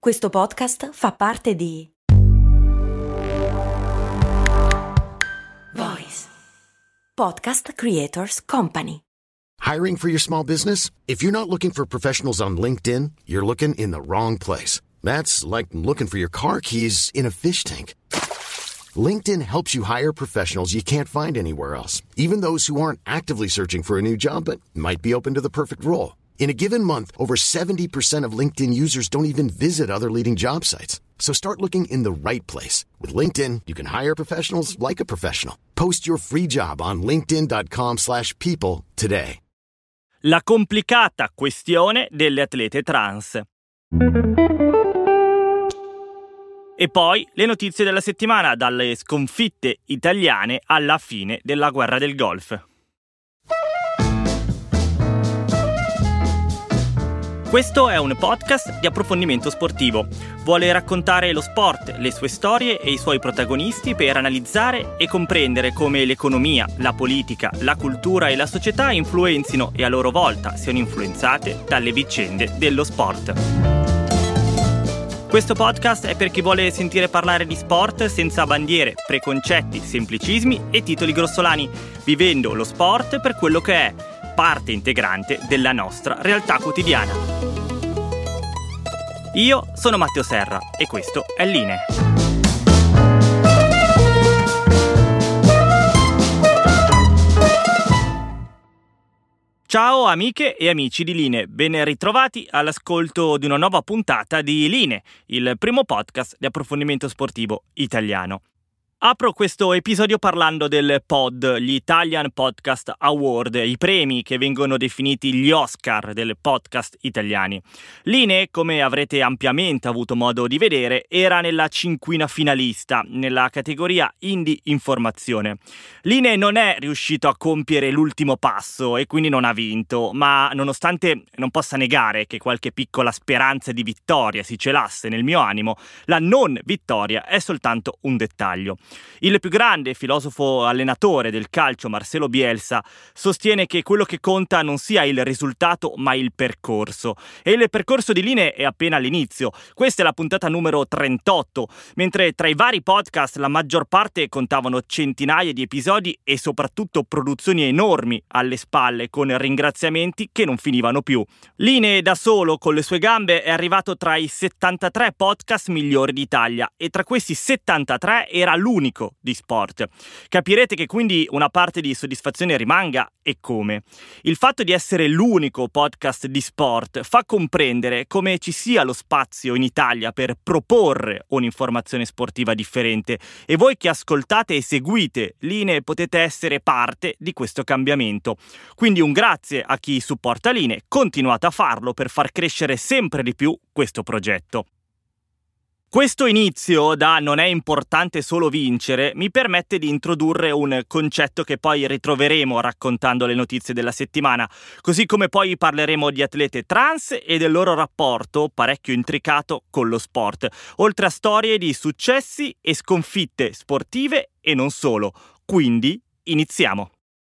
Questo podcast fa parte di Voice Podcast Creators Company. Hiring for your small business? If you're not looking for professionals on LinkedIn, you're looking in the wrong place. That's like looking for your car keys in a fish tank. LinkedIn helps you hire professionals you can't find anywhere else, even those who aren't actively searching for a new job but might be open to the perfect role. In a given month, over 70% of LinkedIn users don't even visit other leading job sites. So start looking in the right place. With LinkedIn, you can hire professionals like a professional. Post your free job on linkedin.com/people today. La complicata questione delle atlete trans. E poi le notizie della settimana, dalle sconfitte italiane alla fine della guerra del Golfo. Questo è un podcast di approfondimento sportivo. Vuole raccontare lo sport, le sue storie e i suoi protagonisti per analizzare e comprendere come l'economia, la politica, la cultura e la società influenzino e a loro volta siano influenzate dalle vicende dello sport. Questo podcast è per chi vuole sentire parlare di sport senza bandiere, preconcetti, semplicismi e titoli grossolani, vivendo lo sport per quello che è, parte integrante della nostra realtà quotidiana. Io sono Matteo Serra e questo è Line. Ciao amiche e amici di Line, ben ritrovati all'ascolto di una nuova puntata di Line, il primo podcast di approfondimento sportivo italiano. Apro questo episodio parlando del POD, gli Italian Podcast Award, i premi che vengono definiti gli Oscar delle podcast italiani. Line, come avrete ampiamente avuto modo di vedere, era nella cinquina finalista, nella categoria Indie Informazione. Line non è riuscito a compiere l'ultimo passo e quindi non ha vinto, ma nonostante non possa negare che qualche piccola speranza di vittoria si celasse nel mio animo, la non vittoria è soltanto un dettaglio. Il più grande filosofo allenatore del calcio, Marcelo Bielsa, sostiene che quello che conta non sia il risultato ma il percorso. E il percorso di Line è appena all'inizio. Questa è la puntata numero 38, mentre tra i vari podcast la maggior parte contavano centinaia di episodi e soprattutto produzioni enormi alle spalle con ringraziamenti che non finivano più. Line da solo con le sue gambe è arrivato tra i 73 podcast migliori d'Italia e tra questi 73 era l'unico di sport. Capirete che quindi una parte di soddisfazione rimanga e come. Il fatto di essere l'unico podcast di sport fa comprendere come ci sia lo spazio in Italia per proporre un'informazione sportiva differente e voi che ascoltate e seguite Line potete essere parte di questo cambiamento. Quindi un grazie a chi supporta Line, continuate a farlo per far crescere sempre di più questo progetto. Questo inizio da non è importante solo vincere mi permette di introdurre un concetto che poi ritroveremo raccontando le notizie della settimana, così come poi parleremo di atlete trans e del loro rapporto parecchio intricato con lo sport, oltre a storie di successi e sconfitte sportive e non solo. Quindi iniziamo.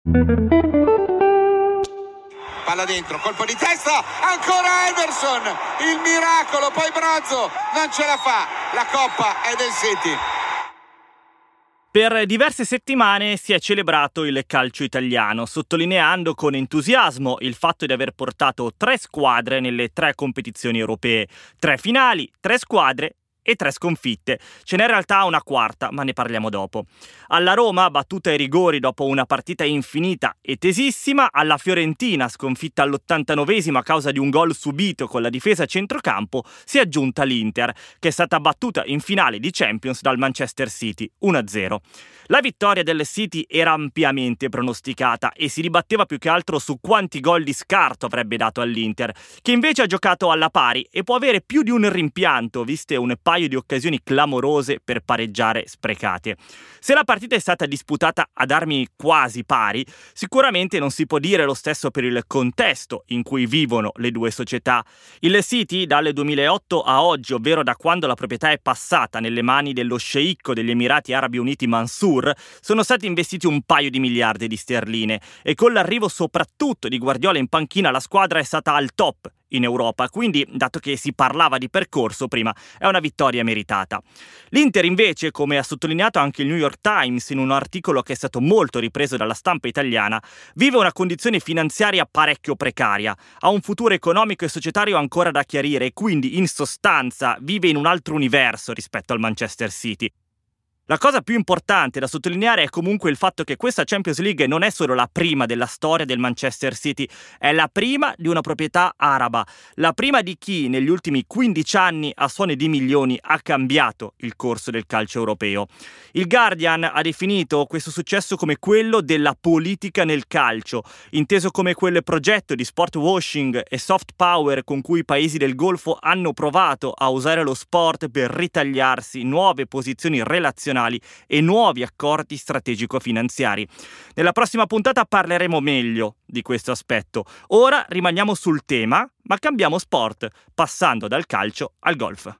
Palla dentro, colpo di testa, ancora Emerson, il miracolo, poi Brazzo non ce la fa, la coppa è del City. Per diverse settimane si è celebrato il calcio italiano, sottolineando con entusiasmo il fatto di aver portato 3 squadre nelle 3 competizioni europee, 3 finali, 3 squadre e 3 sconfitte. Ce n'è in realtà una quarta, ma ne parliamo dopo. Alla Roma, battuta ai rigori dopo una partita infinita e tesissima, alla Fiorentina, sconfitta all'89esimo a causa di un gol subito con la difesa a centrocampo, si è aggiunta l'Inter, che è stata battuta in finale di Champions dal Manchester City 1-0. La vittoria del City era ampiamente pronosticata e si dibatteva più che altro su quanti gol di scarto avrebbe dato all'Inter, che invece ha giocato alla pari e può avere più di un rimpianto, viste un paio di occasioni clamorose per pareggiare sprecate. Se la partita è stata disputata ad armi quasi pari, sicuramente non si può dire lo stesso per il contesto in cui vivono le due società. Il City, dal 2008 a oggi, ovvero da quando la proprietà è passata nelle mani dello sceicco degli Emirati Arabi Uniti Mansour, sono stati investiti un paio di miliardi di sterline e con l'arrivo soprattutto di Guardiola in panchina la squadra è stata al top in Europa, quindi, dato che si parlava di percorso prima, è una vittoria meritata. L'Inter invece, come ha sottolineato anche il New York Times in un articolo che è stato molto ripreso dalla stampa italiana, vive una condizione finanziaria parecchio precaria, ha un futuro economico e societario ancora da chiarire e quindi, in sostanza, vive in un altro universo rispetto al Manchester City. La cosa più importante da sottolineare è comunque il fatto che questa Champions League non è solo la prima della storia del Manchester City, è la prima di una proprietà araba, la prima di chi negli ultimi 15 anni a suoni di milioni ha cambiato il corso del calcio europeo. Il Guardian ha definito questo successo come quello della politica nel calcio, inteso come quel progetto di sport washing e soft power con cui i paesi del Golfo hanno provato a usare lo sport per ritagliarsi nuove posizioni relazionali e nuovi accordi strategico-finanziari. Nella prossima puntata parleremo meglio di questo aspetto. Ora rimaniamo sul tema, ma cambiamo sport, passando dal calcio al golf.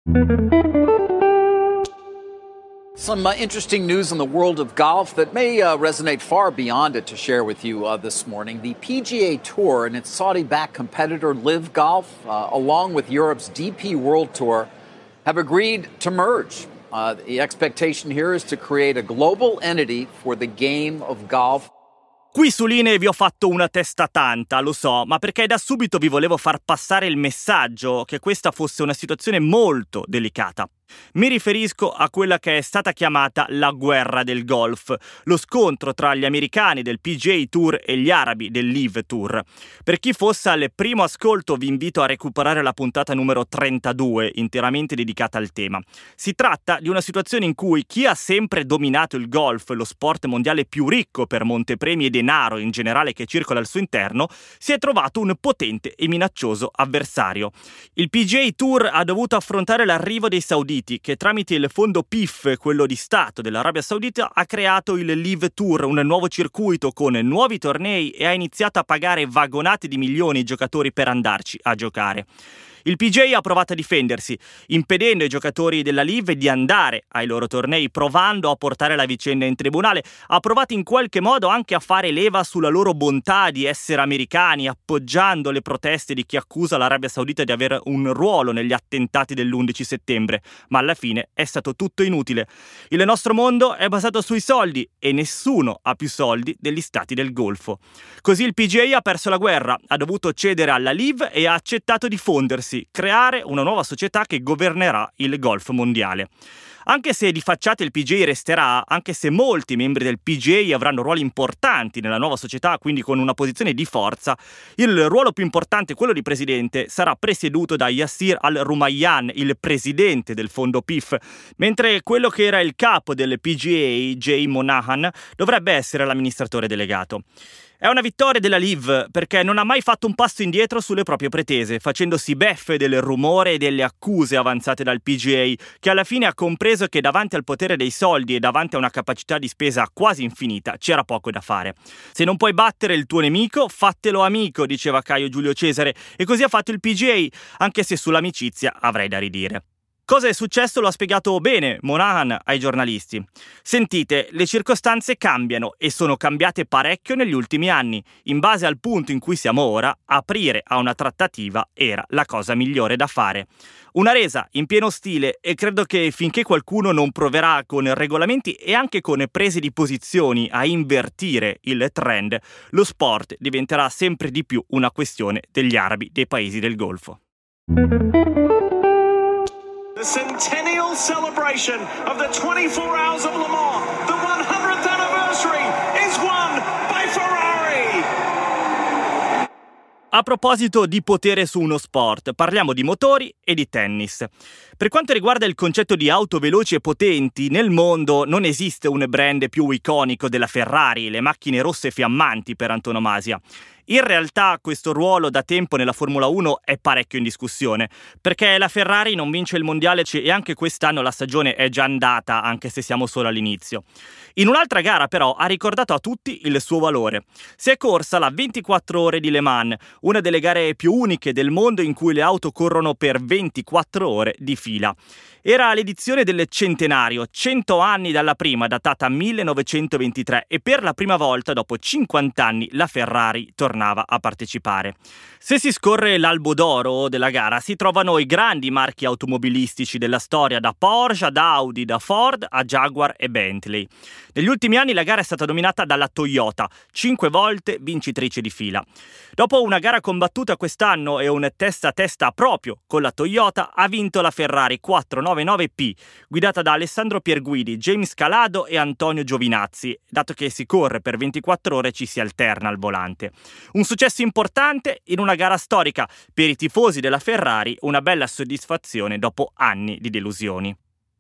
Some interesting news in the world of golf that may resonate far beyond it to share with you this morning. The PGA Tour and its Saudi-backed competitor LIV Golf, along with Europe's DP World Tour, have agreed to merge. The expectation here is to create a global entity for the game of golf. Qui su Linee vi ho fatto una testa tanta, lo so, ma perché da subito vi volevo far passare il messaggio che questa fosse una situazione molto delicata. Mi riferisco a quella che è stata chiamata la guerra del golf, lo scontro tra gli americani del PGA Tour e gli arabi del LIV Tour. Per chi fosse al primo ascolto vi invito a recuperare la puntata numero 32, interamente dedicata al tema. Si tratta di una situazione in cui chi ha sempre dominato il golf, lo sport mondiale più ricco per montepremi e denaro in generale che circola al suo interno, si è trovato un potente e minaccioso avversario. Il PGA Tour ha dovuto affrontare l'arrivo dei sauditi che tramite il fondo PIF, quello di Stato dell'Arabia Saudita, ha creato il LIV Tour, un nuovo circuito con nuovi tornei e ha iniziato a pagare vagonate di milioni ai giocatori per andarci a giocare. Il PGA ha provato a difendersi, impedendo ai giocatori della LIV di andare ai loro tornei, provando a portare la vicenda in tribunale. Ha provato in qualche modo anche a fare leva sulla loro bontà di essere americani, appoggiando le proteste di chi accusa l'Arabia Saudita di avere un ruolo negli attentati dell'11 settembre. Ma alla fine è stato tutto inutile. Il nostro mondo è basato sui soldi e nessuno ha più soldi degli stati del Golfo. Così il PGA ha perso la guerra, ha dovuto cedere alla LIV e ha accettato di fondersi, creare una nuova società che governerà il golf mondiale. Anche se di facciata il PGA resterà, anche se molti membri del PGA avranno ruoli importanti nella nuova società, quindi con una posizione di forza, il ruolo più importante, quello di presidente, sarà presieduto da Yasir Al-Rumayyan, il presidente del fondo PIF, mentre quello che era il capo del PGA, Jay Monahan, dovrebbe essere l'amministratore delegato. È una vittoria della LIV perché non ha mai fatto un passo indietro sulle proprie pretese, facendosi beffe del rumore e delle accuse avanzate dal PGA, che alla fine ha compreso che davanti al potere dei soldi e davanti a una capacità di spesa quasi infinita c'era poco da fare. Se non puoi battere il tuo nemico, fattelo amico, diceva Caio Giulio Cesare, e così ha fatto il PGA, anche se sull'amicizia avrei da ridire. Cosa è successo lo ha spiegato bene Monahan ai giornalisti. Sentite, le circostanze cambiano e sono cambiate parecchio negli ultimi anni. In base al punto in cui siamo ora, aprire a una trattativa era la cosa migliore da fare. Una resa in pieno stile e credo che finché qualcuno non proverà con regolamenti e anche con prese di posizioni a invertire il trend, lo sport diventerà sempre di più una questione degli arabi dei paesi del Golfo. The centennial celebration of the 24 Hours of Le Mans, the 100th anniversary, is won by Ferrari. A proposito di potere su uno sport, parliamo di motori e di tennis. Per quanto riguarda il concetto di auto veloci e potenti, nel mondo non esiste un brand più iconico della Ferrari, le macchine rosse fiammanti per antonomasia. In realtà questo ruolo da tempo nella Formula 1 è parecchio in discussione, perché la Ferrari non vince il mondiale e anche quest'anno la stagione è già andata, anche se siamo solo all'inizio. In un'altra gara però ha ricordato a tutti il suo valore. Si è corsa la 24 ore di Le Mans, una delle gare più uniche del mondo in cui le auto corrono per 24 ore di fila. Era l'edizione del centenario, 100 anni dalla prima, datata 1923, e per la prima volta dopo 50 anni la Ferrari tornava tornava a partecipare. Se si scorre l'albo d'oro della gara si trovano i grandi marchi automobilistici della storia, da Porsche ad Audi, da Ford a Jaguar e Bentley. Negli ultimi anni la gara è stata dominata dalla Toyota, 5 volte vincitrice di fila. Dopo una gara combattuta quest'anno e un testa a testa proprio con la Toyota, ha vinto la Ferrari 499P, guidata da Alessandro Pierguidi, James Calado e Antonio Giovinazzi, dato che si corre per 24 ore e ci si alterna al volante. Un successo importante in una gara storica, per i tifosi della Ferrari una bella soddisfazione dopo anni di delusioni.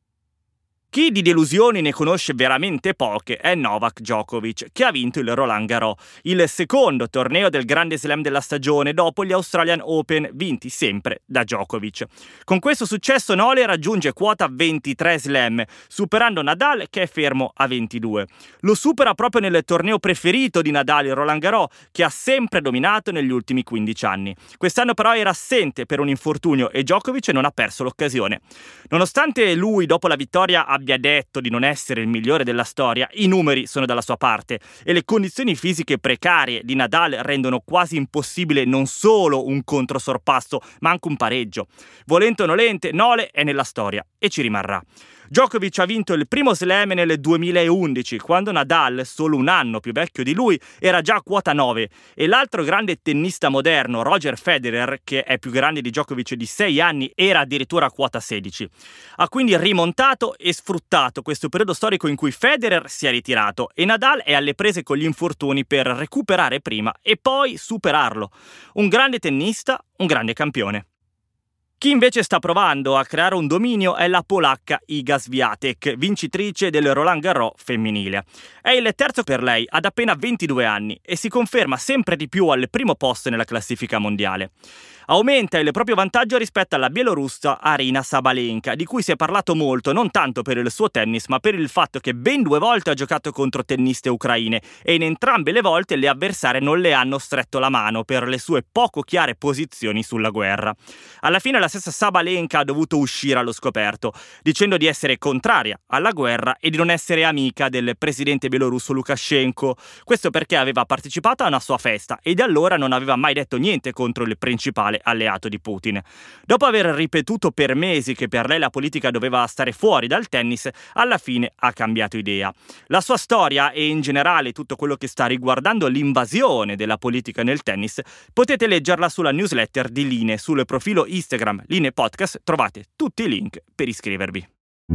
Chi di delusioni ne conosce veramente poche è Novak Djokovic, che ha vinto il Roland Garros, il secondo torneo del Grande Slam della stagione dopo gli Australian Open vinti sempre da Djokovic. Con questo successo Nole raggiunge quota 23 slam, superando Nadal che è fermo a 22. Lo supera proprio nel torneo preferito di Nadal, il Roland Garros, che ha sempre dominato negli ultimi 15 anni. Quest'anno però era assente per un infortunio e Djokovic non ha perso l'occasione. Nonostante lui dopo la vittoria abbia detto di non essere il migliore della storia, i numeri sono dalla sua parte e le condizioni fisiche precarie di Nadal rendono quasi impossibile non solo un controsorpasso, ma anche un pareggio. Volente o nolente, Nole è nella storia e ci rimarrà. Djokovic ha vinto il primo slam nel 2011, quando Nadal, solo un anno più vecchio di lui, era già a quota 9, e l'altro grande tennista moderno, Roger Federer, che è più grande di Djokovic di 6 anni, era addirittura a quota 16. Ha quindi rimontato e sfruttato questo periodo storico in cui Federer si è ritirato e Nadal è alle prese con gli infortuni per recuperare prima e poi superarlo. Un grande tennista, un grande campione. Chi invece sta provando a creare un dominio è la polacca Iga Swiatek, vincitrice del Roland Garros femminile. È il terzo per lei, ad appena 22 anni, e si conferma sempre di più al primo posto nella classifica mondiale. Aumenta il proprio vantaggio rispetto alla bielorussa Aryna Sabalenka, di cui si è parlato molto, non tanto per il suo tennis, ma per il fatto che ben 2 volte ha giocato contro tenniste ucraine e in entrambe le volte le avversarie non le hanno stretto la mano per le sue poco chiare posizioni sulla guerra. Alla fine la stessa Sabalenka ha dovuto uscire allo scoperto, dicendo di essere contraria alla guerra e di non essere amica del presidente bielorusso Lukashenko. Questo perché aveva partecipato a una sua festa e da allora non aveva mai detto niente contro il principale alleato di Putin. Dopo aver ripetuto per mesi che per lei la politica doveva stare fuori dal tennis, alla fine ha cambiato idea. La sua storia e in generale tutto quello che sta riguardando l'invasione della politica nel tennis potete leggerla sulla newsletter di Line, sul profilo Instagram Line Podcast, trovate tutti i link per iscrivervi.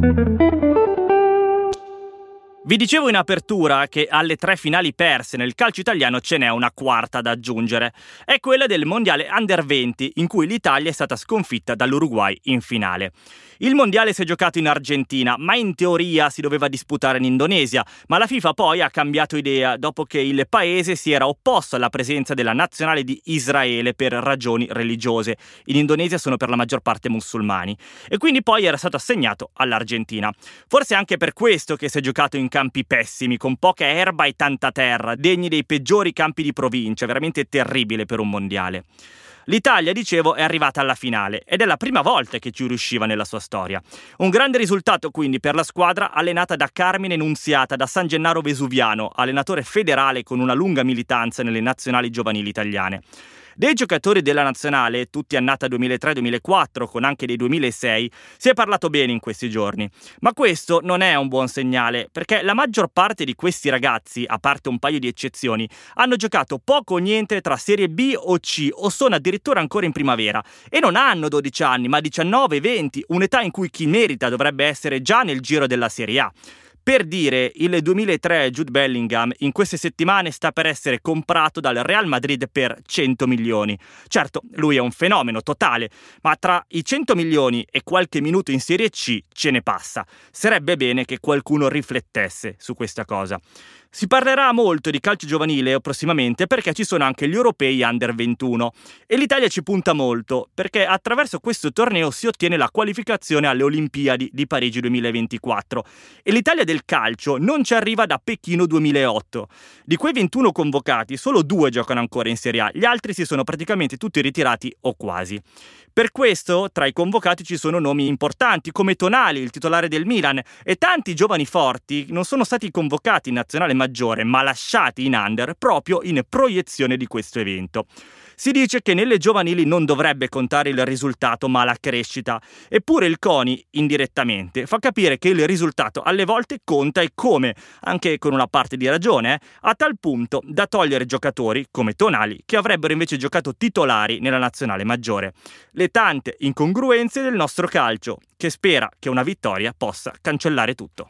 Vi dicevo in apertura che alle 3 finali perse nel calcio italiano ce n'è una quarta da aggiungere. È quella del Mondiale Under 20, in cui l'Italia è stata sconfitta dall'Uruguay in finale. Il mondiale si è giocato in Argentina, ma in teoria si doveva disputare in Indonesia, ma la FIFA poi ha cambiato idea dopo che il paese si era opposto alla presenza della nazionale di Israele per ragioni religiose. In Indonesia sono per la maggior parte musulmani. E quindi poi era stato assegnato all'Argentina. Forse anche per questo che si è giocato in campi pessimi, con poca erba e tanta terra, degni dei peggiori campi di provincia, veramente terribile per un mondiale. L'Italia, dicevo, è arrivata alla finale ed è la prima volta che ci riusciva nella sua storia. Un grande risultato quindi per la squadra allenata da Carmine Nunziata da San Gennaro Vesuviano, allenatore federale con una lunga militanza nelle nazionali giovanili italiane. Dei giocatori della nazionale, tutti annata 2003-2004 con anche dei 2006, si è parlato bene in questi giorni. Ma questo non è un buon segnale, perché la maggior parte di questi ragazzi, a parte un paio di eccezioni, hanno giocato poco o niente tra Serie B o C o sono addirittura ancora in primavera e non hanno 12 anni ma 19-20, un'età in cui chi merita dovrebbe essere già nel giro della Serie A. Per dire, il 2003 Jude Bellingham in queste settimane sta per essere comprato dal Real Madrid per 100 milioni. Certo, lui è un fenomeno totale, ma tra i 100 milioni e qualche minuto in Serie C ce ne passa. Sarebbe bene che qualcuno riflettesse su questa cosa. Si parlerà molto di calcio giovanile prossimamente perché ci sono anche gli europei Under 21 e l'Italia ci punta molto perché attraverso questo torneo si ottiene la qualificazione alle Olimpiadi di Parigi 2024 e l'Italia del calcio non ci arriva da Pechino 2008. Di quei 21 convocati solo 2 giocano ancora in Serie A, gli altri si sono praticamente tutti ritirati o quasi. Per questo tra i convocati ci sono nomi importanti come Tonali, il titolare del Milan, e tanti giovani forti non sono stati convocati in nazionale maggiore maggiore, ma lasciati in under proprio in proiezione di questo evento. Si dice che nelle giovanili non dovrebbe contare il risultato ma la crescita, eppure il CONI, indirettamente, fa capire che il risultato alle volte conta e come, anche con una parte di ragione, a tal punto da togliere giocatori, come Tonali, che avrebbero invece giocato titolari nella nazionale maggiore. Le tante incongruenze del nostro calcio, che spera che una vittoria possa cancellare tutto.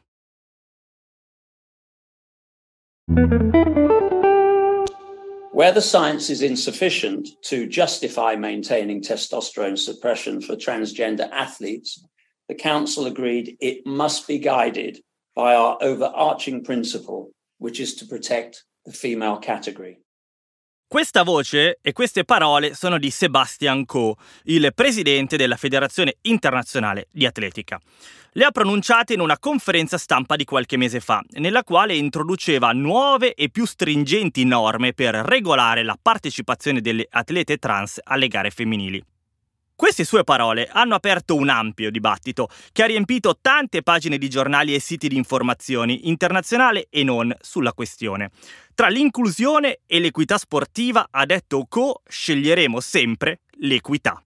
Where the science is insufficient to justify maintaining testosterone suppression for transgender athletes, the Council agreed it must be guided by our overarching principle, which is to protect the female category. Questa voce e queste parole sono di Sebastian Coe, il presidente della Federazione Internazionale di Atletica. Le ha pronunciate in una conferenza stampa di qualche mese fa, nella quale introduceva nuove e più stringenti norme per regolare la partecipazione delle atlete trans alle gare femminili. Queste sue parole hanno aperto un ampio dibattito che ha riempito tante pagine di giornali e siti di informazioni internazionali e non sulla questione. Tra l'inclusione e l'equità sportiva, ha detto Coe, sceglieremo sempre l'equità.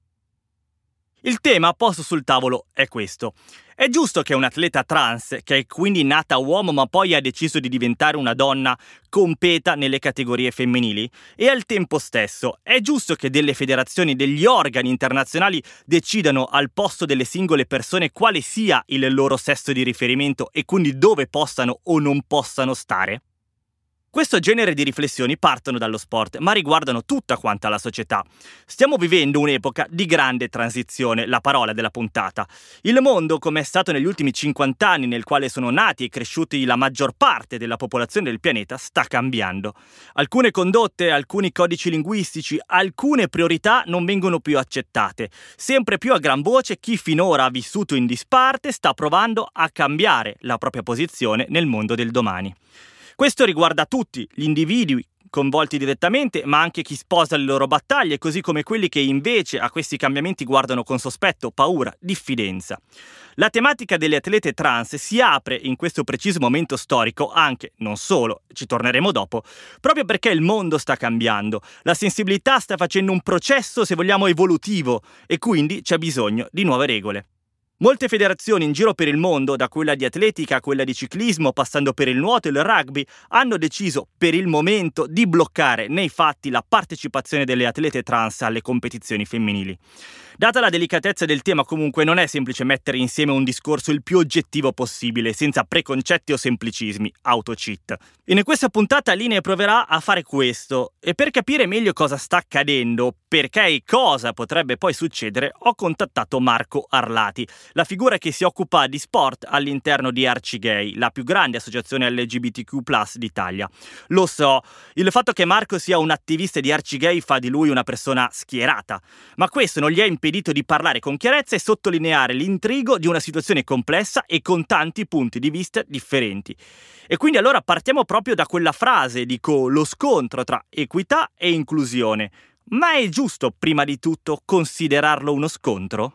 Il tema posto sul tavolo è questo. È giusto che un atleta trans, che è quindi nata uomo ma poi ha deciso di diventare una donna, competa nelle categorie femminili? E al tempo stesso, è giusto che delle federazioni, degli organi internazionali decidano al posto delle singole persone quale sia il loro sesso di riferimento e quindi dove possano o non possano stare? Questo genere di riflessioni partono dallo sport, ma riguardano tutta quanta la società. Stiamo vivendo un'epoca di grande transizione, la parola della puntata. Il mondo, come è stato negli ultimi 50 anni nel quale sono nati e cresciuti la maggior parte della popolazione del pianeta, sta cambiando. Alcune condotte, alcuni codici linguistici, alcune priorità non vengono più accettate. Sempre più a gran voce chi finora ha vissuto in disparte sta provando a cambiare la propria posizione nel mondo del domani. Questo riguarda tutti, gli individui coinvolti direttamente, ma anche chi sposa le loro battaglie, così come quelli che invece a questi cambiamenti guardano con sospetto, paura, diffidenza. La tematica delle atlete trans si apre in questo preciso momento storico anche, non solo, ci torneremo dopo, proprio perché il mondo sta cambiando, la sensibilità sta facendo un processo, se vogliamo, evolutivo e quindi c'è bisogno di nuove regole. Molte federazioni in giro per il mondo, da quella di atletica a quella di ciclismo, passando per il nuoto e il rugby, hanno deciso per il momento di bloccare nei fatti la partecipazione delle atlete trans alle competizioni femminili. Data la delicatezza del tema, comunque, non è semplice mettere insieme un discorso il più oggettivo possibile, senza preconcetti o semplicismi, autocheat. E in questa puntata Linee proverà a fare questo, e per capire meglio cosa sta accadendo, perché e cosa potrebbe poi succedere, ho contattato Marco Arlati, la figura che si occupa di sport all'interno di Arcigay, la più grande associazione LGBTQ+ d'Italia. Lo so, il fatto che Marco sia un attivista di Arcigay fa di lui una persona schierata, ma questo non gli ha impedito di parlare con chiarezza e sottolineare l'intrigo di una situazione complessa e con tanti punti di vista differenti. E quindi allora partiamo proprio da quella frase, dico, lo scontro tra equità e inclusione. Ma è giusto, prima di tutto, considerarlo uno scontro?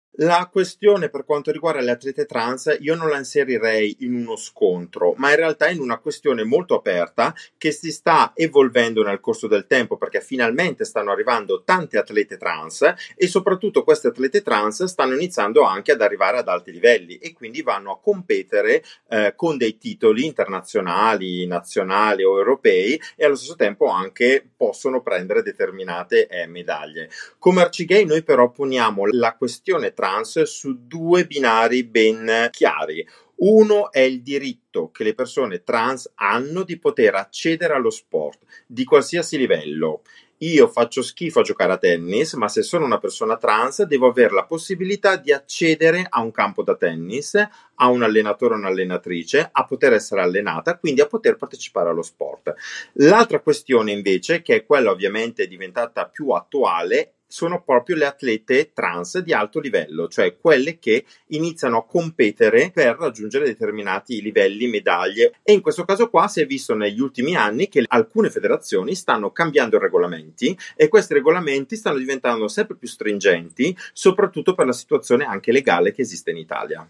La questione per quanto riguarda le atlete trans io non la inserirei in uno scontro, ma in realtà in una questione molto aperta che si sta evolvendo nel corso del tempo, perché finalmente stanno arrivando tante atlete trans e soprattutto queste atlete trans stanno iniziando anche ad arrivare ad alti livelli e quindi vanno a competere con dei titoli internazionali, nazionali o europei e allo stesso tempo anche possono prendere determinate medaglie. Come Arcigay noi però poniamo la questione trans su due binari ben chiari. Uno è il diritto che le persone trans hanno di poter accedere allo sport di qualsiasi livello. Io faccio schifo a giocare a tennis, ma se sono una persona trans devo avere la possibilità di accedere a un campo da tennis, a un allenatore o un'allenatrice, a poter essere allenata, quindi a poter partecipare allo sport. L'altra questione invece, che è quella ovviamente diventata più attuale, sono proprio le atlete trans di alto livello, cioè quelle che iniziano a competere per raggiungere determinati livelli, medaglie, e in questo caso qua si è visto negli ultimi anni che alcune federazioni stanno cambiando i regolamenti e questi regolamenti stanno diventando sempre più stringenti, soprattutto per la situazione anche legale che esiste in Italia.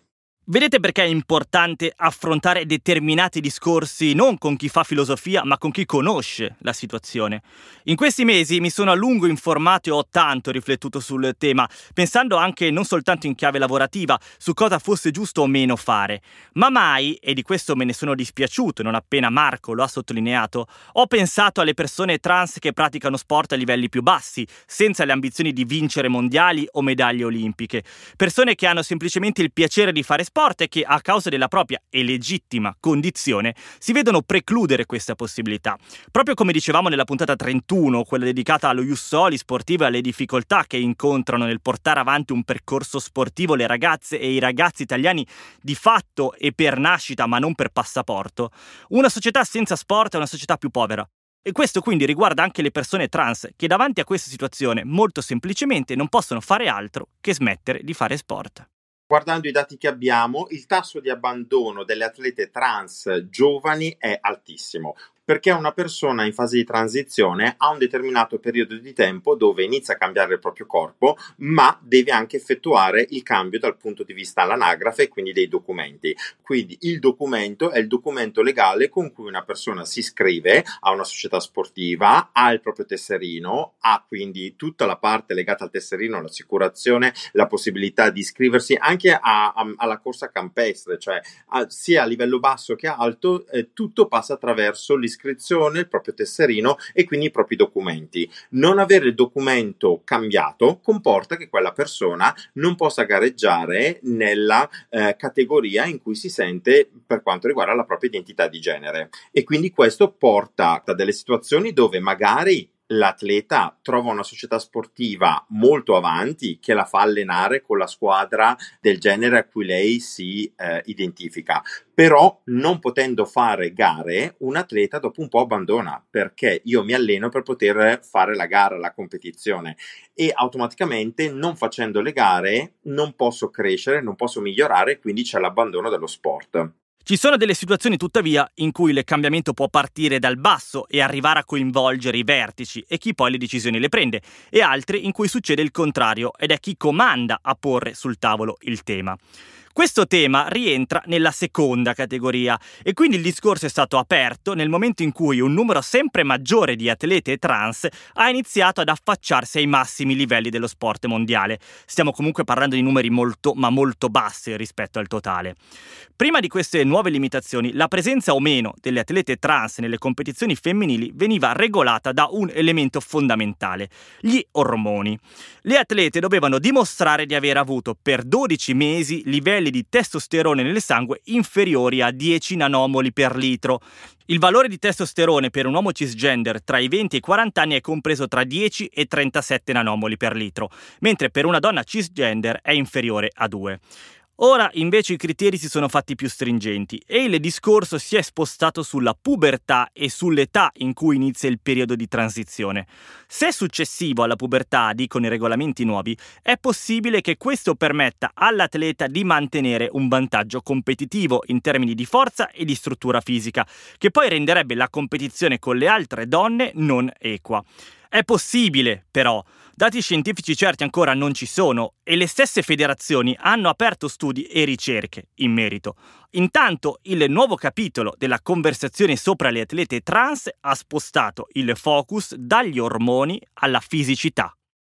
Vedete perché è importante affrontare determinati discorsi non con chi fa filosofia, ma con chi conosce la situazione. In questi mesi mi sono a lungo informato e ho tanto riflettuto sul tema, pensando anche non soltanto in chiave lavorativa, su cosa fosse giusto o meno fare. Ma mai, e di questo me ne sono dispiaciuto non appena Marco lo ha sottolineato, ho pensato alle persone trans che praticano sport a livelli più bassi, senza le ambizioni di vincere mondiali o medaglie olimpiche. Persone che hanno semplicemente il piacere di fare sport e che a causa della propria e legittima condizione si vedono precludere questa possibilità. Proprio come dicevamo nella puntata 31, quella dedicata allo ius soli sportivo e alle difficoltà che incontrano nel portare avanti un percorso sportivo le ragazze e i ragazzi italiani di fatto e per nascita ma non per passaporto, una società senza sport è una società più povera. E questo quindi riguarda anche le persone trans che davanti a questa situazione molto semplicemente non possono fare altro che smettere di fare sport. Guardando i dati che abbiamo, il tasso di abbandono delle atlete trans giovani è altissimo, perché una persona in fase di transizione ha un determinato periodo di tempo dove inizia a cambiare il proprio corpo, ma deve anche effettuare il cambio dal punto di vista all'anagrafe e quindi dei documenti. Quindi il documento è il documento legale con cui una persona si iscrive a una società sportiva, ha il proprio tesserino, ha quindi tutta la parte legata al tesserino, l'assicurazione, la possibilità di iscriversi anche alla corsa campestre, cioè sia a livello basso che alto, tutto passa attraverso l'iscrizione, il proprio tesserino e quindi i propri documenti. Non avere il documento cambiato comporta che quella persona non possa gareggiare nella categoria in cui si sente per quanto riguarda la propria identità di genere, e quindi questo porta a delle situazioni dove magari l'atleta trova una società sportiva molto avanti che la fa allenare con la squadra del genere a cui lei si identifica, però non potendo fare gare un atleta dopo un po' abbandona, perché io mi alleno per poter fare la gara, la competizione, e automaticamente non facendo le gare non posso crescere, non posso migliorare, quindi c'è l'abbandono dello sport. Ci sono delle situazioni tuttavia in cui il cambiamento può partire dal basso e arrivare a coinvolgere i vertici e chi poi le decisioni le prende, e altri in cui succede il contrario ed è chi comanda a porre sul tavolo il tema. Questo tema rientra nella seconda categoria e quindi il discorso è stato aperto nel momento in cui un numero sempre maggiore di atlete trans ha iniziato ad affacciarsi ai massimi livelli dello sport mondiale. Stiamo comunque parlando di numeri molto bassi rispetto al totale. Prima di queste nuove limitazioni, la presenza o meno delle atlete trans nelle competizioni femminili veniva regolata da un elemento fondamentale: gli ormoni. Le atlete dovevano dimostrare di aver avuto per 12 mesi livelli di testosterone nel sangue inferiori a 10 nanomoli per litro. Il valore di testosterone per un uomo cisgender tra i 20 e i 40 anni è compreso tra 10 e 37 nanomoli per litro, mentre per una donna cisgender è inferiore a 2. Ora invece i criteri si sono fatti più stringenti e il discorso si è spostato sulla pubertà e sull'età in cui inizia il periodo di transizione. Se successivo alla pubertà, dicono i regolamenti nuovi, è possibile che questo permetta all'atleta di mantenere un vantaggio competitivo in termini di forza e di struttura fisica, che poi renderebbe la competizione con le altre donne non equa. È possibile, però. Dati scientifici certi ancora non ci sono e le stesse federazioni hanno aperto studi e ricerche in merito. Intanto il nuovo capitolo della conversazione sopra le atlete trans ha spostato il focus dagli ormoni alla fisicità.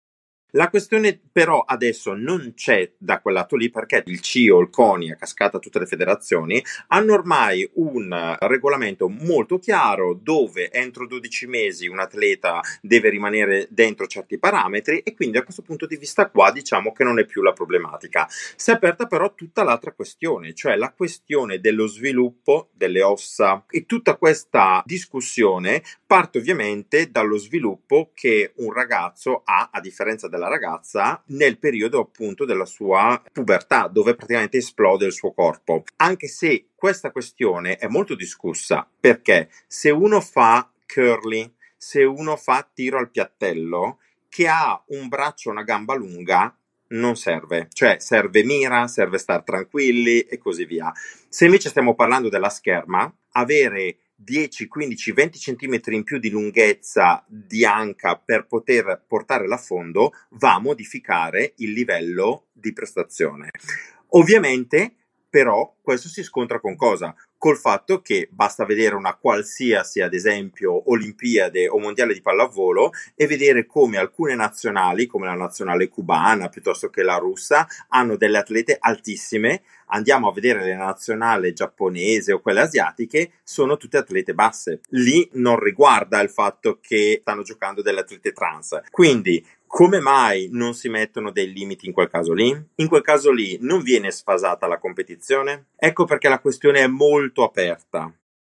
La questione però adesso non c'è da quel lato lì, perché il CIO, il CONI, a cascata tutte le federazioni, hanno ormai un regolamento molto chiaro dove entro 12 mesi un atleta deve rimanere dentro certi parametri, e quindi da questo punto di vista qua diciamo che non è più la problematica. Si è aperta però tutta l'altra questione, cioè la questione dello sviluppo delle ossa, e tutta questa discussione parte ovviamente dallo sviluppo che un ragazzo ha, a differenza della ragazza, nel periodo appunto della sua pubertà, dove praticamente esplode il suo corpo. Anche se questa questione è molto discussa, perché se uno fa curly, se uno fa tiro al piattello, che ha un braccio e una gamba lunga, non serve, cioè serve mira, serve star tranquilli e così via. Se invece stiamo parlando della scherma, avere 10, 15, 20 centimetri in più di lunghezza di anca per poter portare l'affondo va a modificare il livello di prestazione. Ovviamente Però questo si scontra con cosa? Col fatto che basta vedere una qualsiasi, ad esempio, Olimpiade o Mondiale di pallavolo e vedere come alcune nazionali, come la nazionale cubana piuttosto che la russa, hanno delle atlete altissime. Andiamo a vedere le nazionali giapponese o quelle asiatiche, sono tutte atlete basse. Lì non riguarda il fatto che stanno giocando delle atlete trans. Quindi, come mai non si mettono dei limiti in quel caso lì? In quel caso lì non viene sfasata la competizione? Ecco perché la questione è molto aperta.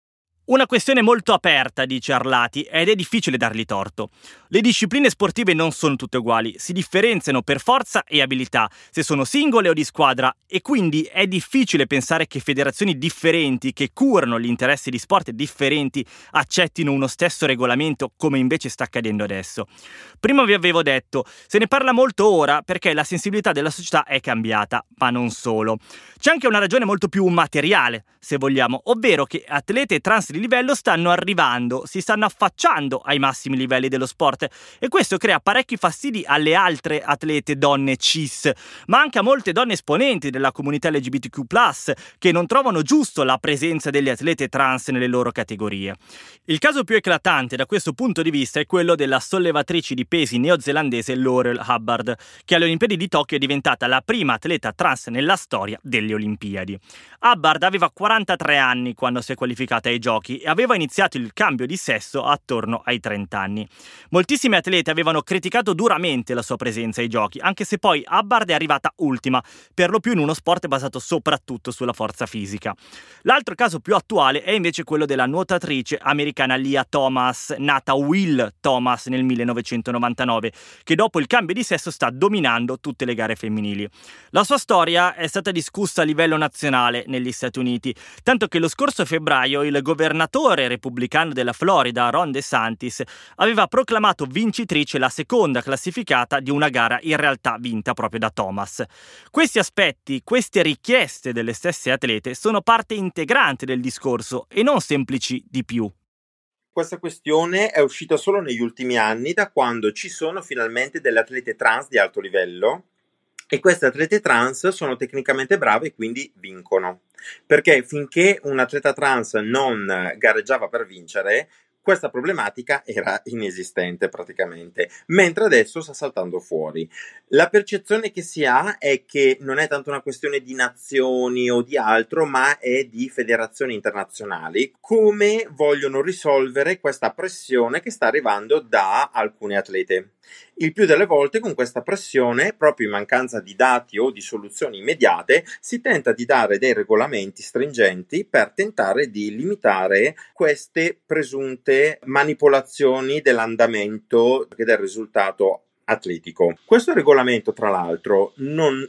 Una questione molto aperta, dice Arlati, ed è difficile dargli torto. Le discipline sportive non sono tutte uguali, si differenziano per forza e abilità, se sono singole o di squadra, e quindi è difficile pensare che federazioni differenti, che curano gli interessi di sport differenti, accettino uno stesso regolamento come invece sta accadendo adesso. Prima vi avevo detto, se ne parla molto ora perché la sensibilità della società è cambiata, ma non solo. C'è anche una ragione molto più materiale, se vogliamo, ovvero che atlete trans di livello stanno arrivando, si stanno affacciando ai massimi livelli dello sport e questo crea parecchi fastidi alle altre atlete donne cis, ma anche a molte donne esponenti della comunità LGBTQ+, che non trovano giusto la presenza delle atlete trans nelle loro categorie. Il caso più eclatante da questo punto di vista è quello della sollevatrice di pesi neozelandese Laurel Hubbard, che alle Olimpiadi di Tokyo è diventata la prima atleta trans nella storia delle Olimpiadi. Hubbard aveva 43 anni quando si è qualificata ai giochi e aveva iniziato il cambio di sesso attorno ai 30 anni. Moltissime atlete avevano criticato duramente la sua presenza ai giochi, anche se poi Hubbard è arrivata ultima, per lo più in uno sport basato soprattutto sulla forza fisica. L'altro caso più attuale è invece quello della nuotatrice americana Lia Thomas, nata Will Thomas nel 1999, che dopo il cambio di sesso sta dominando tutte le gare femminili. La sua storia è stata discussa a livello nazionale negli Stati Uniti, tanto che lo scorso febbraio il governatore repubblicano della Florida, Ron DeSantis, aveva proclamato vincitrice la seconda classificata di una gara in realtà vinta proprio da Thomas. Questi aspetti, queste richieste delle stesse atlete sono parte integrante del discorso e non semplici di più. Questa questione è uscita solo negli ultimi anni, da quando ci sono finalmente delle atlete trans di alto livello e queste atlete trans sono tecnicamente brave e quindi vincono. Perché finché un atleta trans non gareggiava per vincere, questa problematica era inesistente praticamente, mentre adesso sta saltando fuori. La percezione che si ha è che non è tanto una questione di nazioni o di altro, ma è di federazioni internazionali, come vogliono risolvere questa pressione che sta arrivando da alcune atlete. Il più delle volte con questa pressione, proprio in mancanza di dati o di soluzioni immediate, si tenta di dare dei regolamenti stringenti per tentare di limitare queste presunte manipolazioni dell'andamento e del risultato atletico. Questo regolamento, tra l'altro, non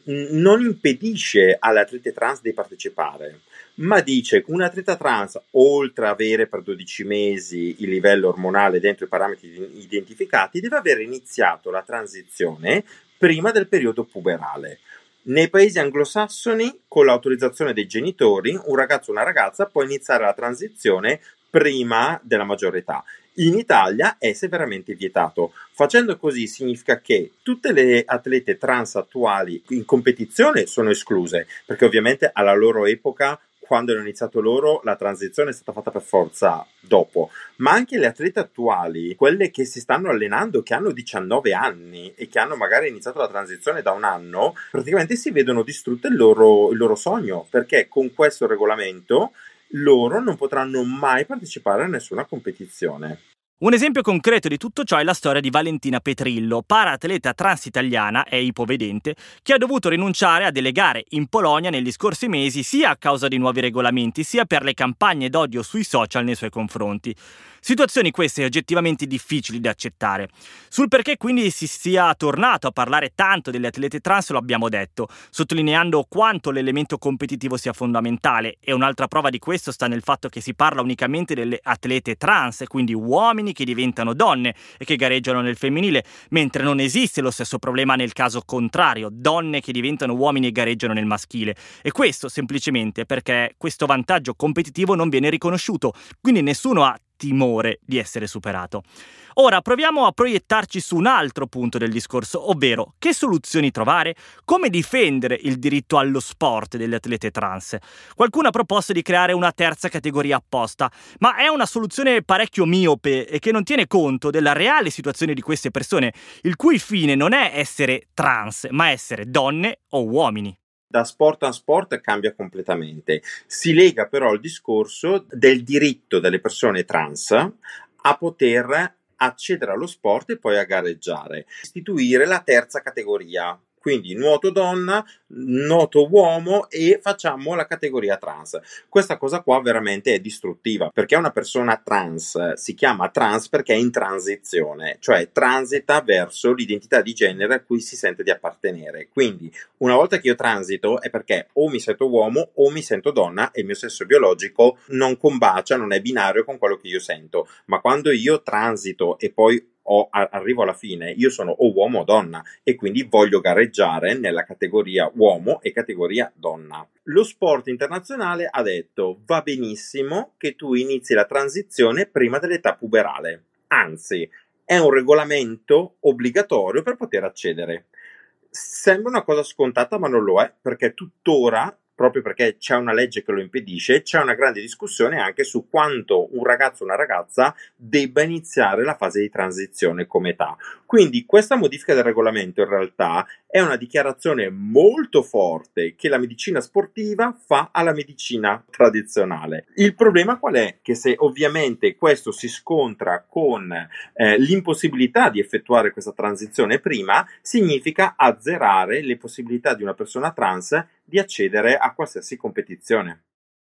impedisce alle atlete trans di partecipare, ma dice che un atleta trans, oltre a avere per 12 mesi il livello ormonale dentro i parametri identificati, deve aver iniziato la transizione prima del periodo puberale. Nei paesi anglosassoni, con l'autorizzazione dei genitori, un ragazzo o una ragazza può iniziare la transizione prima della maggiore età. In Italia è severamente vietato. Facendo così significa che tutte le atlete trans attuali in competizione sono escluse, perché ovviamente alla loro epoca, quando hanno iniziato loro, la transizione è stata fatta per forza dopo. Ma anche le atlete attuali, quelle che si stanno allenando, che hanno 19 anni e che hanno magari iniziato la transizione da un anno, praticamente si vedono distrutto il loro sogno, perché con questo regolamento loro non potranno mai partecipare a nessuna competizione. Un esempio concreto di tutto ciò è la storia di Valentina Petrillo, para-atleta trans italiana e ipovedente, che ha dovuto rinunciare a delle gare in Polonia negli scorsi mesi sia a causa di nuovi regolamenti sia per le campagne d'odio sui social nei suoi confronti. Situazioni queste oggettivamente difficili da accettare. Sul perché quindi si sia tornato a parlare tanto delle atlete trans lo abbiamo detto, sottolineando quanto l'elemento competitivo sia fondamentale, e un'altra prova di questo sta nel fatto che si parla unicamente delle atlete trans, quindi uomini che diventano donne e che gareggiano nel femminile, mentre non esiste lo stesso problema nel caso contrario, donne che diventano uomini e gareggiano nel maschile. E questo semplicemente perché questo vantaggio competitivo non viene riconosciuto, quindi nessuno ha timore di essere superato. Ora proviamo a proiettarci su un altro punto del discorso, ovvero che soluzioni trovare, come difendere il diritto allo sport delle atlete trans. Qualcuno ha proposto di creare una terza categoria apposta, ma è una soluzione parecchio miope e che non tiene conto della reale situazione di queste persone, il cui fine non è essere trans, ma essere donne o uomini. Da sport a sport cambia completamente. Si lega però al discorso del diritto delle persone trans a poter accedere allo sport e poi a gareggiare. Istituire la terza categoria, quindi nuoto donna, nuoto uomo e facciamo la categoria trans. Questa cosa qua veramente è distruttiva, perché una persona trans si chiama trans perché è in transizione, cioè transita verso l'identità di genere a cui si sente di appartenere. Quindi una volta che io transito è perché o mi sento uomo o mi sento donna e il mio sesso biologico non combacia, non è binario con quello che io sento. Ma quando io transito e poi arrivo alla fine, io sono o uomo o donna e quindi voglio gareggiare nella categoria uomo e categoria donna. Lo sport internazionale ha detto: va benissimo che tu inizi la transizione prima dell'età puberale, anzi è un regolamento obbligatorio per poter accedere. Sembra una cosa scontata, ma non lo è, perché tuttora, proprio perché c'è una legge che lo impedisce, c'è una grande discussione anche su quanto un ragazzo o una ragazza debba iniziare la fase di transizione come età. Quindi questa modifica del regolamento in realtà è una dichiarazione molto forte che la medicina sportiva fa alla medicina tradizionale. Il problema qual è? Che se ovviamente questo si scontra con l'impossibilità di effettuare questa transizione prima, significa azzerare le possibilità di una persona trans di accedere a qualsiasi competizione.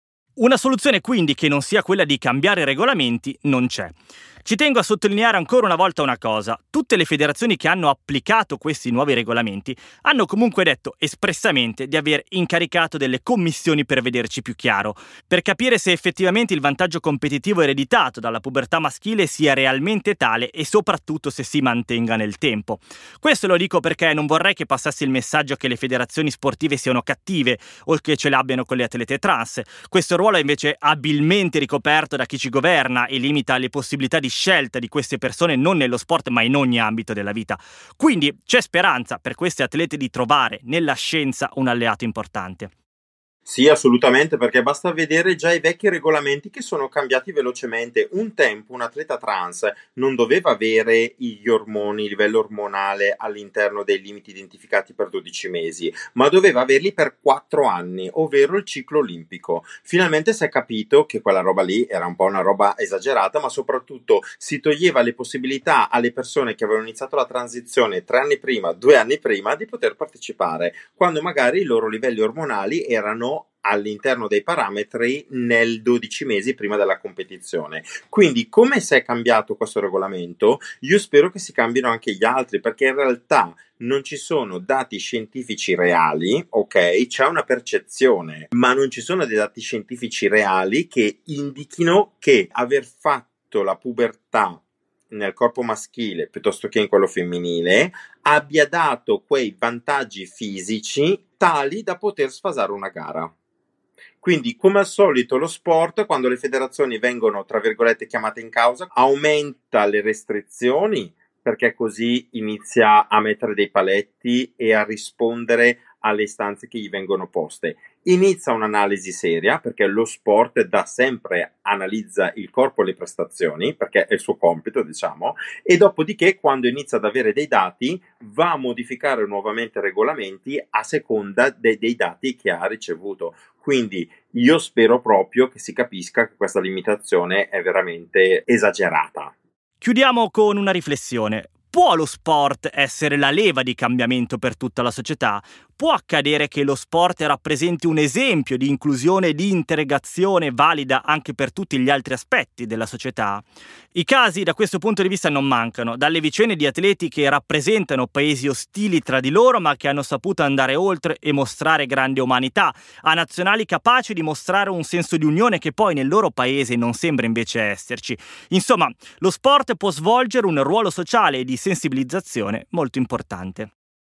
Una soluzione quindi che non sia quella di cambiare regolamenti non c'è. Ci tengo a sottolineare ancora una volta una cosa: tutte le federazioni che hanno applicato questi nuovi regolamenti hanno comunque detto espressamente di aver incaricato delle commissioni per vederci più chiaro, per capire se effettivamente il vantaggio competitivo ereditato dalla pubertà maschile sia realmente tale e soprattutto se si mantenga nel tempo. Questo lo dico perché non vorrei che passasse il messaggio che le federazioni sportive siano cattive o che ce l'abbiano con le atlete trans. Questo ruolo è invece abilmente ricoperto da chi ci governa e limita le possibilità di scelta di queste persone non nello sport ma in ogni ambito della vita. Quindi c'è speranza per queste atlete di trovare nella scienza un alleato importante. Sì, assolutamente, perché basta vedere già i vecchi regolamenti che sono cambiati velocemente. Un tempo un atleta trans non doveva avere gli ormoni, il livello ormonale all'interno dei limiti identificati per 12 mesi, ma doveva averli per 4 anni, ovvero il ciclo olimpico. Finalmente si è capito che quella roba lì era un po' una roba esagerata, ma soprattutto si toglieva le possibilità alle persone che avevano iniziato la transizione 3 anni prima, 2 anni prima, di poter partecipare, quando magari i loro livelli ormonali erano all'interno dei parametri nel 12 mesi prima della competizione. Quindi, come si è cambiato questo regolamento, io spero che si cambino anche gli altri, perché in realtà non ci sono dati scientifici reali, ok? C'è una percezione, ma non ci sono dei dati scientifici reali che indichino che aver fatto la pubertà nel corpo maschile piuttosto che in quello femminile abbia dato quei vantaggi fisici tali da poter sfasare una gara. Quindi, come al solito, lo sport, quando le federazioni vengono, tra virgolette, chiamate in causa, aumenta le restrizioni, perché così inizia a mettere dei paletti e a rispondere alle istanze che gli vengono poste. Inizia un'analisi seria, perché lo sport da sempre analizza il corpo e le prestazioni, perché è il suo compito, diciamo, e dopodiché, quando inizia ad avere dei dati, va a modificare nuovamente i regolamenti a seconda dei dati che ha ricevuto. Quindi io spero proprio che si capisca che questa limitazione è veramente esagerata. Chiudiamo con una riflessione. Può lo sport essere la leva di cambiamento per tutta la società? Può accadere che lo sport rappresenti un esempio di inclusione e di integrazione valida anche per tutti gli altri aspetti della società? I casi da questo punto di vista non mancano, dalle vicende di atleti che rappresentano paesi ostili tra di loro ma che hanno saputo andare oltre e mostrare grande umanità, a nazionali capaci di mostrare un senso di unione che poi nel loro paese non sembra invece esserci. Insomma, lo sport può svolgere un ruolo sociale e di sensibilizzazione molto importante.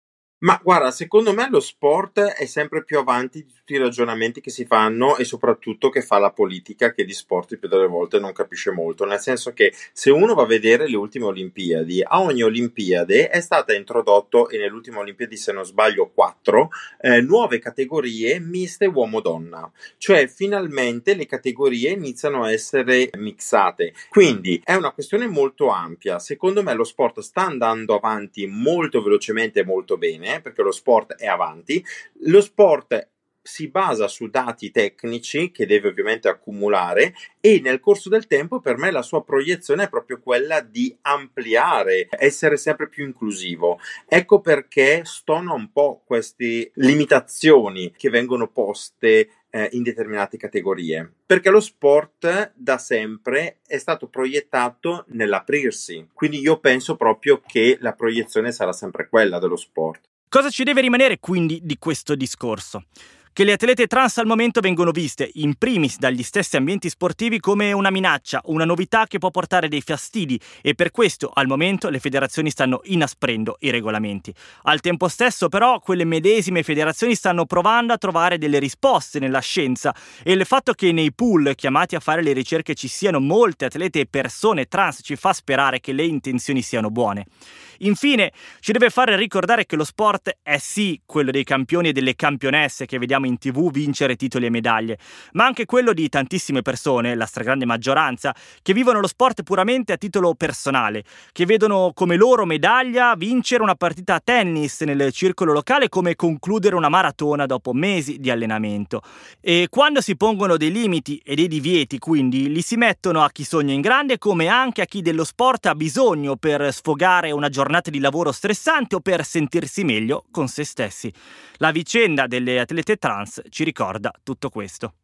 Ma guarda, secondo me lo sport è sempre più avanti di tutti i ragionamenti che si fanno e soprattutto che fa la politica, che di sport il più delle volte non capisce molto, nel senso che se uno va a vedere le ultime Olimpiadi, a ogni Olimpiade è stata introdotto, e nell'ultima Olimpiadi se non sbaglio 4, nuove categorie miste uomo-donna, cioè finalmente le categorie iniziano a essere mixate, quindi è una questione molto ampia. Secondo me lo sport sta andando avanti molto velocemente e molto bene, perché lo sport è avanti, lo sport si basa su dati tecnici che deve ovviamente accumulare e nel corso del tempo per me la sua proiezione è proprio quella di ampliare, essere sempre più inclusivo. Ecco perché stona un po' queste limitazioni che vengono poste in determinate categorie, perché lo sport da sempre è stato proiettato nell'aprirsi, quindi io penso proprio che la proiezione sarà sempre quella dello sport. Cosa ci deve rimanere quindi di questo discorso? Che le atlete trans al momento vengono viste, in primis dagli stessi ambienti sportivi, come una minaccia, una novità che può portare dei fastidi e per questo al momento le federazioni stanno inasprendo i regolamenti. Al tempo stesso però quelle medesime federazioni stanno provando a trovare delle risposte nella scienza e il fatto che nei pool chiamati a fare le ricerche ci siano molte atlete e persone trans ci fa sperare che le intenzioni siano buone. Infine ci deve fare ricordare che lo sport è sì quello dei campioni e delle campionesse che vediamo in TV vincere titoli e medaglie, ma anche quello di tantissime persone, la stragrande maggioranza, che vivono lo sport puramente a titolo personale, che vedono come loro medaglia vincere una partita a tennis nel circolo locale come concludere una maratona dopo mesi di allenamento. E quando si pongono dei limiti e dei divieti, quindi, li si mettono a chi sogna in grande come anche a chi dello sport ha bisogno per sfogare una giornata di lavoro stressante o per sentirsi meglio con se stessi. La vicenda delle atlete trans ci ricorda tutto questo.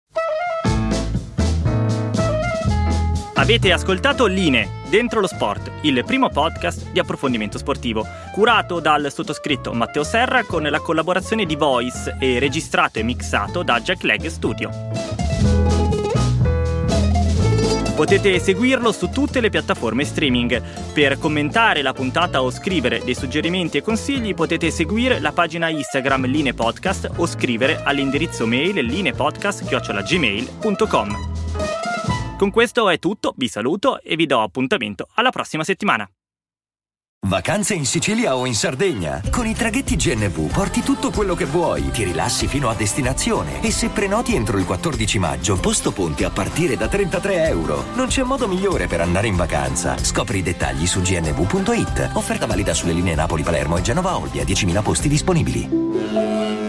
Avete ascoltato Linee, Dentro lo Sport, il primo podcast di approfondimento sportivo, curato dal sottoscritto Matteo Serra con la collaborazione di Voice e registrato e mixato da Jack Leg Studio. Potete seguirlo su tutte le piattaforme streaming. Per commentare la puntata o scrivere dei suggerimenti e consigli potete seguire la pagina Instagram Linee Podcast o scrivere all'indirizzo mail lineepodcast@gmail.com. Con questo è tutto, vi saluto e vi do appuntamento alla prossima settimana. Vacanze in Sicilia o in Sardegna? Con i traghetti GNV porti tutto quello che vuoi, ti rilassi fino a destinazione e se prenoti entro il 14 maggio, posto ponti a partire da €33. Non c'è modo migliore per andare in vacanza. Scopri i dettagli su gnv.it. Offerta valida sulle linee Napoli-Palermo e Genova-Olbia, 10.000 posti disponibili.